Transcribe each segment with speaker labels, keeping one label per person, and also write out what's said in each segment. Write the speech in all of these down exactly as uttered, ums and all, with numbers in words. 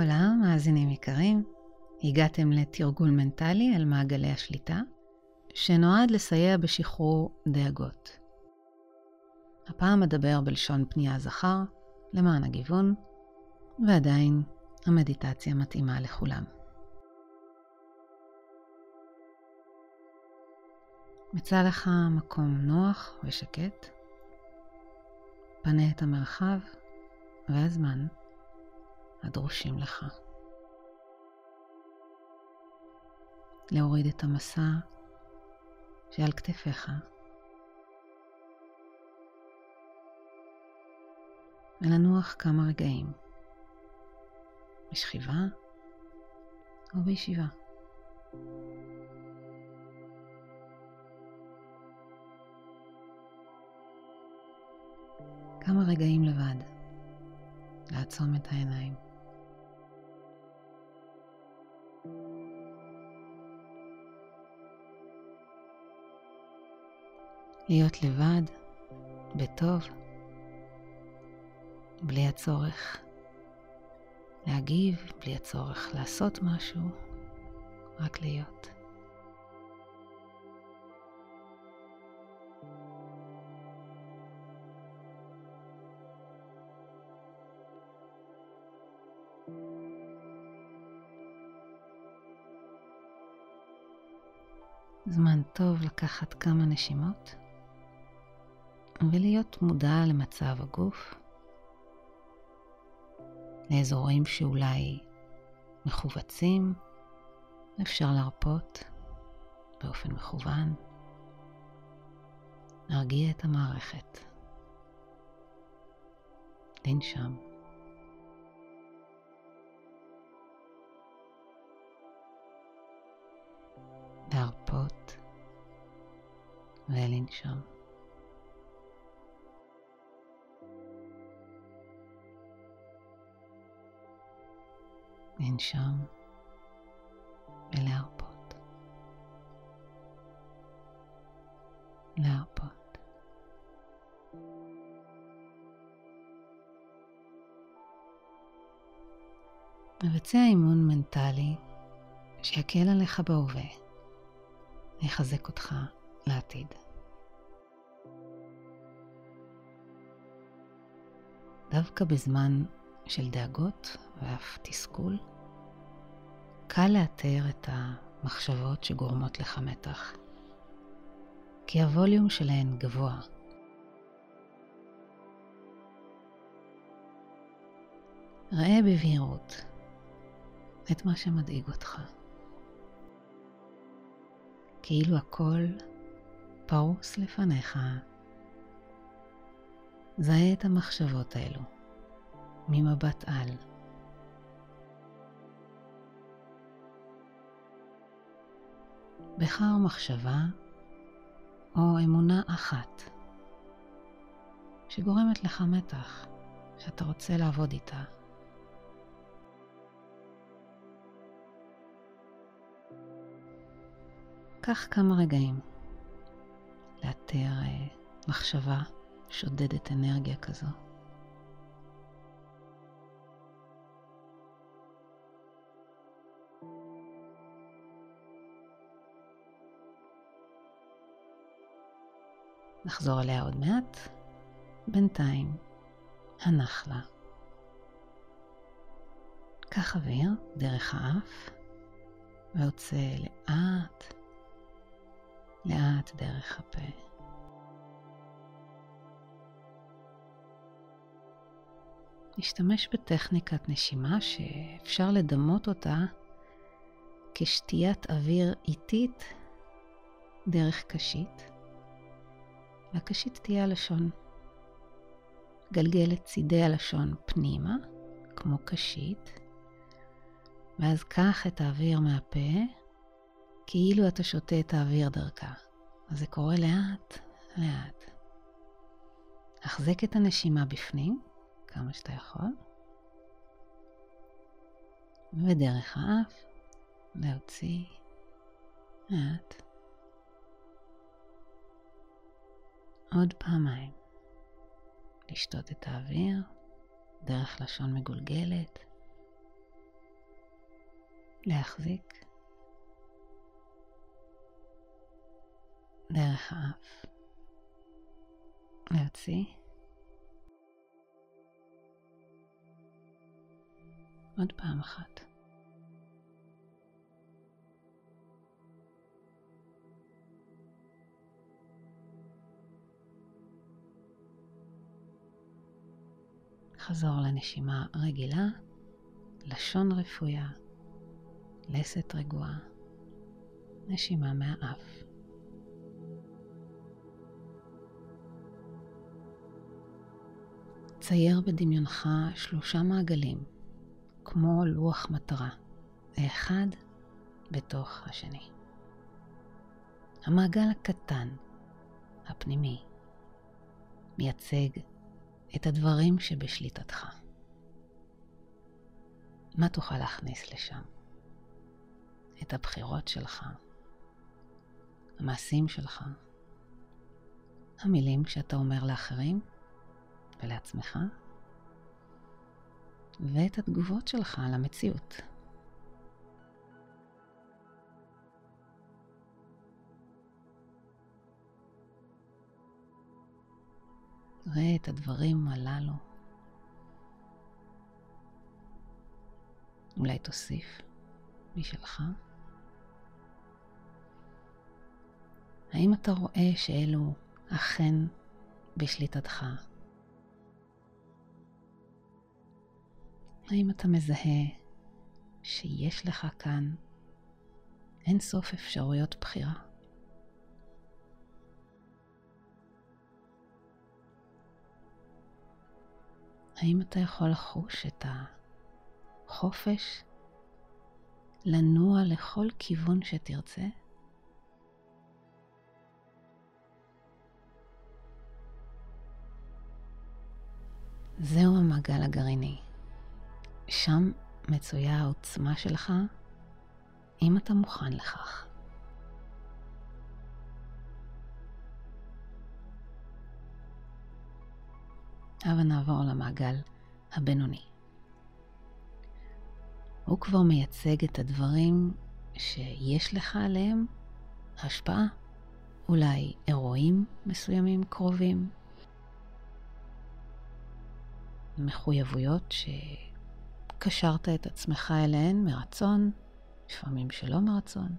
Speaker 1: לעולם, מאזינים יקרים, הגעתם לתרגול מנטלי על מעגלי השליטה, שנועד לסייע בשחרור דאגות. הפעם אדבר בלשון פנייה זכר, למען הגיוון, ועדיין המדיטציה מתאימה לכולם. מצא לך מקום נוח ושקט, פנה את המרחב והזמן הדרושים לך. להוריד את המשא שעל כתפיך ולנוח כמה רגעים בשכיבה או בישיבה. כמה רגעים לבד, לעצום את העיניים. להיות לבד, בטוב, בלי הצורך להגיב, בלי הצורך לעשות משהו, רק להיות. זמן טוב לקחת כמה נשימות ולהיות מודע למצב הגוף, לאזורים שאולי מחובצים, אפשר להרפות באופן מכוון, להרגיע את המערכת, לנשום. להרפות ולנשום. לנשום ולהרפות. להרפות. מבצע אימון מנטלי שיקל עליך בהווה, יחזק אותך לעתיד. דווקא בזמן של דאגות ואף תסכול, קל לאתר את המחשבות שגורמות לך מתח, כי הווליום שלהן גבוה. ראה בבהירות את מה שמדאיג אותך, כאילו הכל פרוס לפניך. זהה את המחשבות האלו ממבט על. בחר מחשבה או אמונה אחת שגורמת לך מתח, שאתה רוצה לעבוד איתה. קח כמה רגעים לאתר מחשבה שודדת אנרגיה כזו. נחזור אליה עוד מעט. בינתיים הנח לה. קח אוויר דרך האף והוצא לאט לאט דרך הפה. נשתמש בטכניקת נשימה שאפשר לדמות אותה כשתיית אוויר איטית דרך קשית, והקשית תהיה הלשון. גלגל את צידי הלשון פנימה כמו קשית, ואז קח את האוויר מהפה כאילו אתה שותה את האוויר דרכה. אז זה קורה לאט לאט. החזק את הנשימה בפנים כמה שאתה יכול, ודרך האף להוציא לאט. עוד פעמיים. לשתות את האוויר דרך לשון מגולגלת להחזיק דרך האף, להוציא. עוד פעם אחת. חזור לנשימה רגילה, לשון רפויה, לסת רגועה, נשימה מהאף. צייר בדמיונך שלושה מעגלים, כמו לוח מטרה, האחד בתוך השני. המעגל הקטן, הפנימי, מייצג את הדברים שבשליטתך. מה תוכל להכניס לשם? את הבחירות שלך, המעשים שלך, המילים שאתה אומר לאחרים ולעצמך, ואת התגובות שלך על המציאות. ראה את הדברים הללו. אולי תוסיף משלך. האם אתה רואה שאלו אכן בשליטתך? האם אתה מזהה שיש לך כאן אין סוף אפשרויות בחירה? האם אתה יכול לחוש את החופש לנוע לכל כיוון שתרצה? זהו המעגל הגרעיני. שם מצויה העוצמה שלך, אם אתה מוכן לכך. אבל נעבור למעגל הבינוני. הוא כבר מייצג את הדברים שיש לך עליהם השפעה. אולי אירועים מסוימים קרובים, מחויבויות שקשרת את עצמך אליהן מרצון, לפעמים שלא מרצון.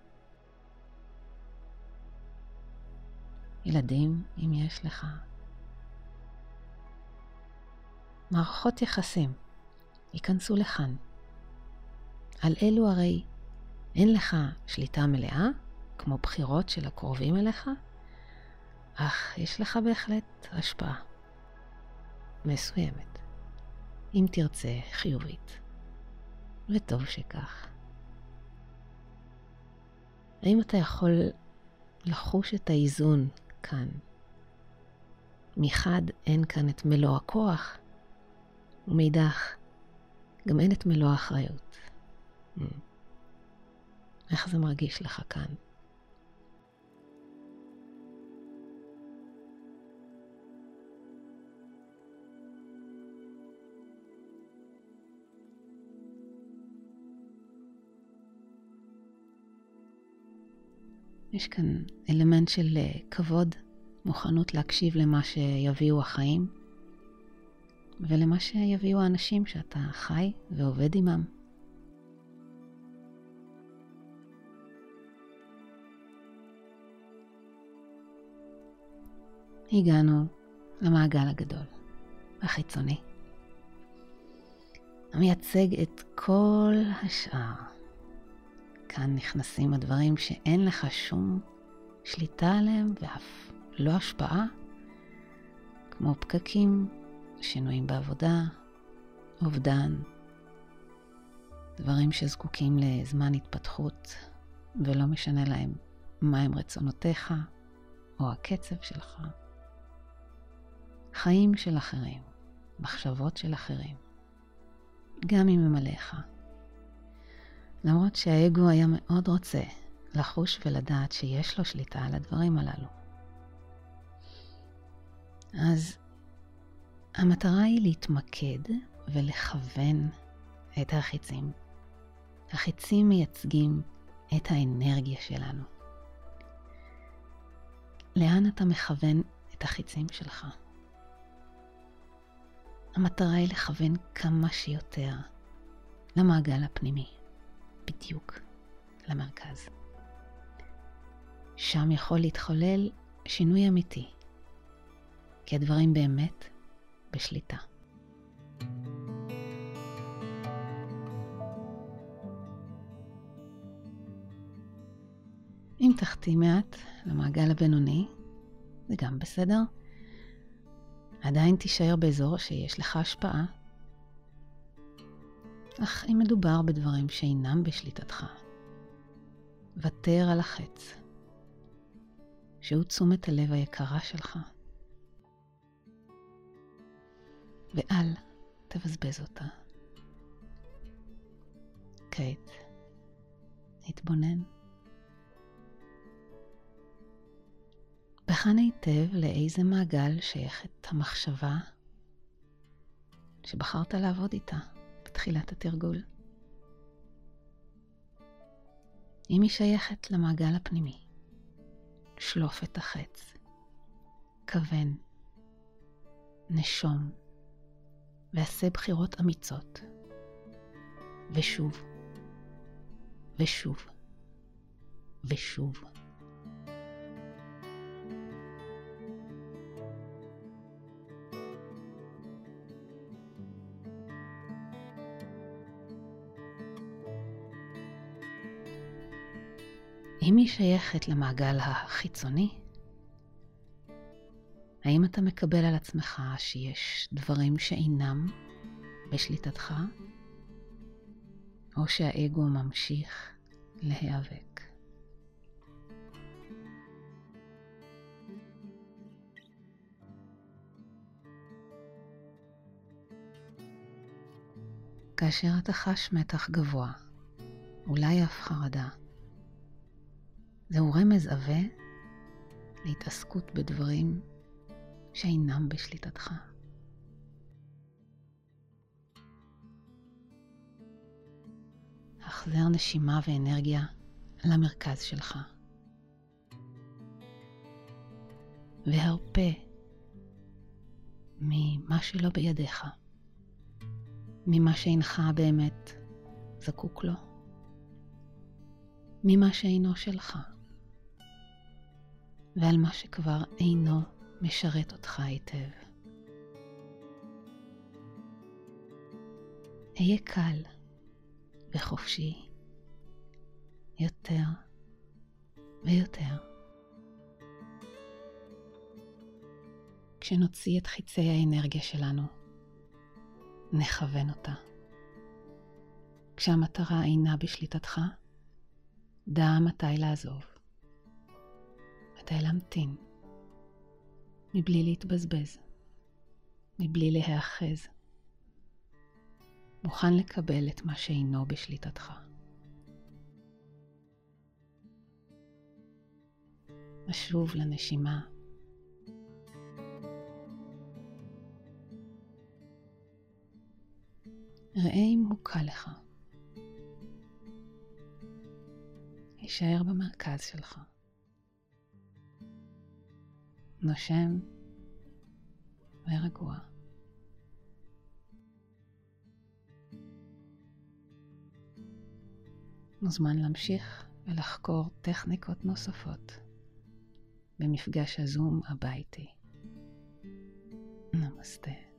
Speaker 1: ילדים, אם יש לך. מערכות יחסים ייכנסו לכאן. על אלו הרי אין לך שליטה מלאה, כמו בחירות של הקרובים אליך, אך יש לך בהחלט השפעה מסוימת, אם תרצה חיובית, וטוב שכך. האם אתה יכול לחוש את האיזון כאן? מחד אין כאן את מלוא הכוח, ומאידך גם אין את מלוא האחריות. איך זה מרגיש לך כאן? יש כאן אלמנט של כבוד, מוכנות להקשיב למה שיביאו החיים, ולמה שיביאו האנשים שאתה חי ועובד עמם. הגענו למעגל הגדול, החיצוני, המייצג את כל השאר. כאן נכנסים הדברים שאין לך שום שליטה עליהם ואף לא השפעה, כמו פקקים, שינויים בעבודה, אובדן, דברים שזקוקים לזמן התפתחות ולא משנה להם מהם רצונותיך או הקצב שלך. חיים של אחרים, מחשבות של אחרים, גם אם הם עליך. למרות שהאגו היה מאוד רוצה לחוש ולדעת שיש לו שליטה על הדברים הללו. אז המטרה היא להתמקד ולכוון את החיצים החיצים מייצגים את האנרגיה שלנו. לאן אתה מכוון את החיצים שלך? המטרה היא לכוון כמה שיותר למעגל הפנימי, בדיוק למרכז. שם יכול להתחולל שינוי אמיתי, כי הדברים באמת בשליטה. אם תחטיא מעט למעגל הבינוני, זה גם בסדר. עדיין תישאר באזור שיש לך השפעה. אך אם מדובר בדברים שאינם בשליטתך, ותר על החץ, שהוא תשומת הלב היקרה שלך, ואל תבזבז אותה. כעת, התבונן. בחן היטב לאיזה מעגל שייכת המחשבה שבחרת לעבוד איתה בתחילת התרגול. אם היא שייכת למעגל הפנימי, שלוף את החץ, כוון, נשום, ועשה בחירות אמיצות, ושוב, ושוב, ושוב. אם היא שייכת למעגל החיצוני, האם אתה מקבל על עצמך שיש דברים שאינם בשליטתך, או שהאגו ממשיך להיאבק? כאשר אתה חש מתח גבוה, אולי אף חרדה, זהו רמז עבה להתעסקות בדברים שאינם בשליטתך. החזר נשימה ואנרגיה למרכז שלך. והרפה ממה שלא בידיך, ממה שאינך באמת זקוק לו, ממה שאינו שלך, ועל מה שכבר אינו משרת אותך היטב. היה קל וחופשי יותר ויותר. כשנוציא את חיצי האנרגיה שלנו, נכוון אותה. כשהמטרה אינה בשליטתך, דע מתי לעזוב, מתי להמתין, מבלי להתבזבז, מבלי להאחז. מוכן לקבל את מה שאינו בשליטתך. נשוב לנשימה. ראה אם הוא קל לך. הישאר במרכז שלך. נושם ורגוע. מוזמן להמשיך ולחקור טכניקות נוספות במפגש הזום הבא איתי. נמסטה.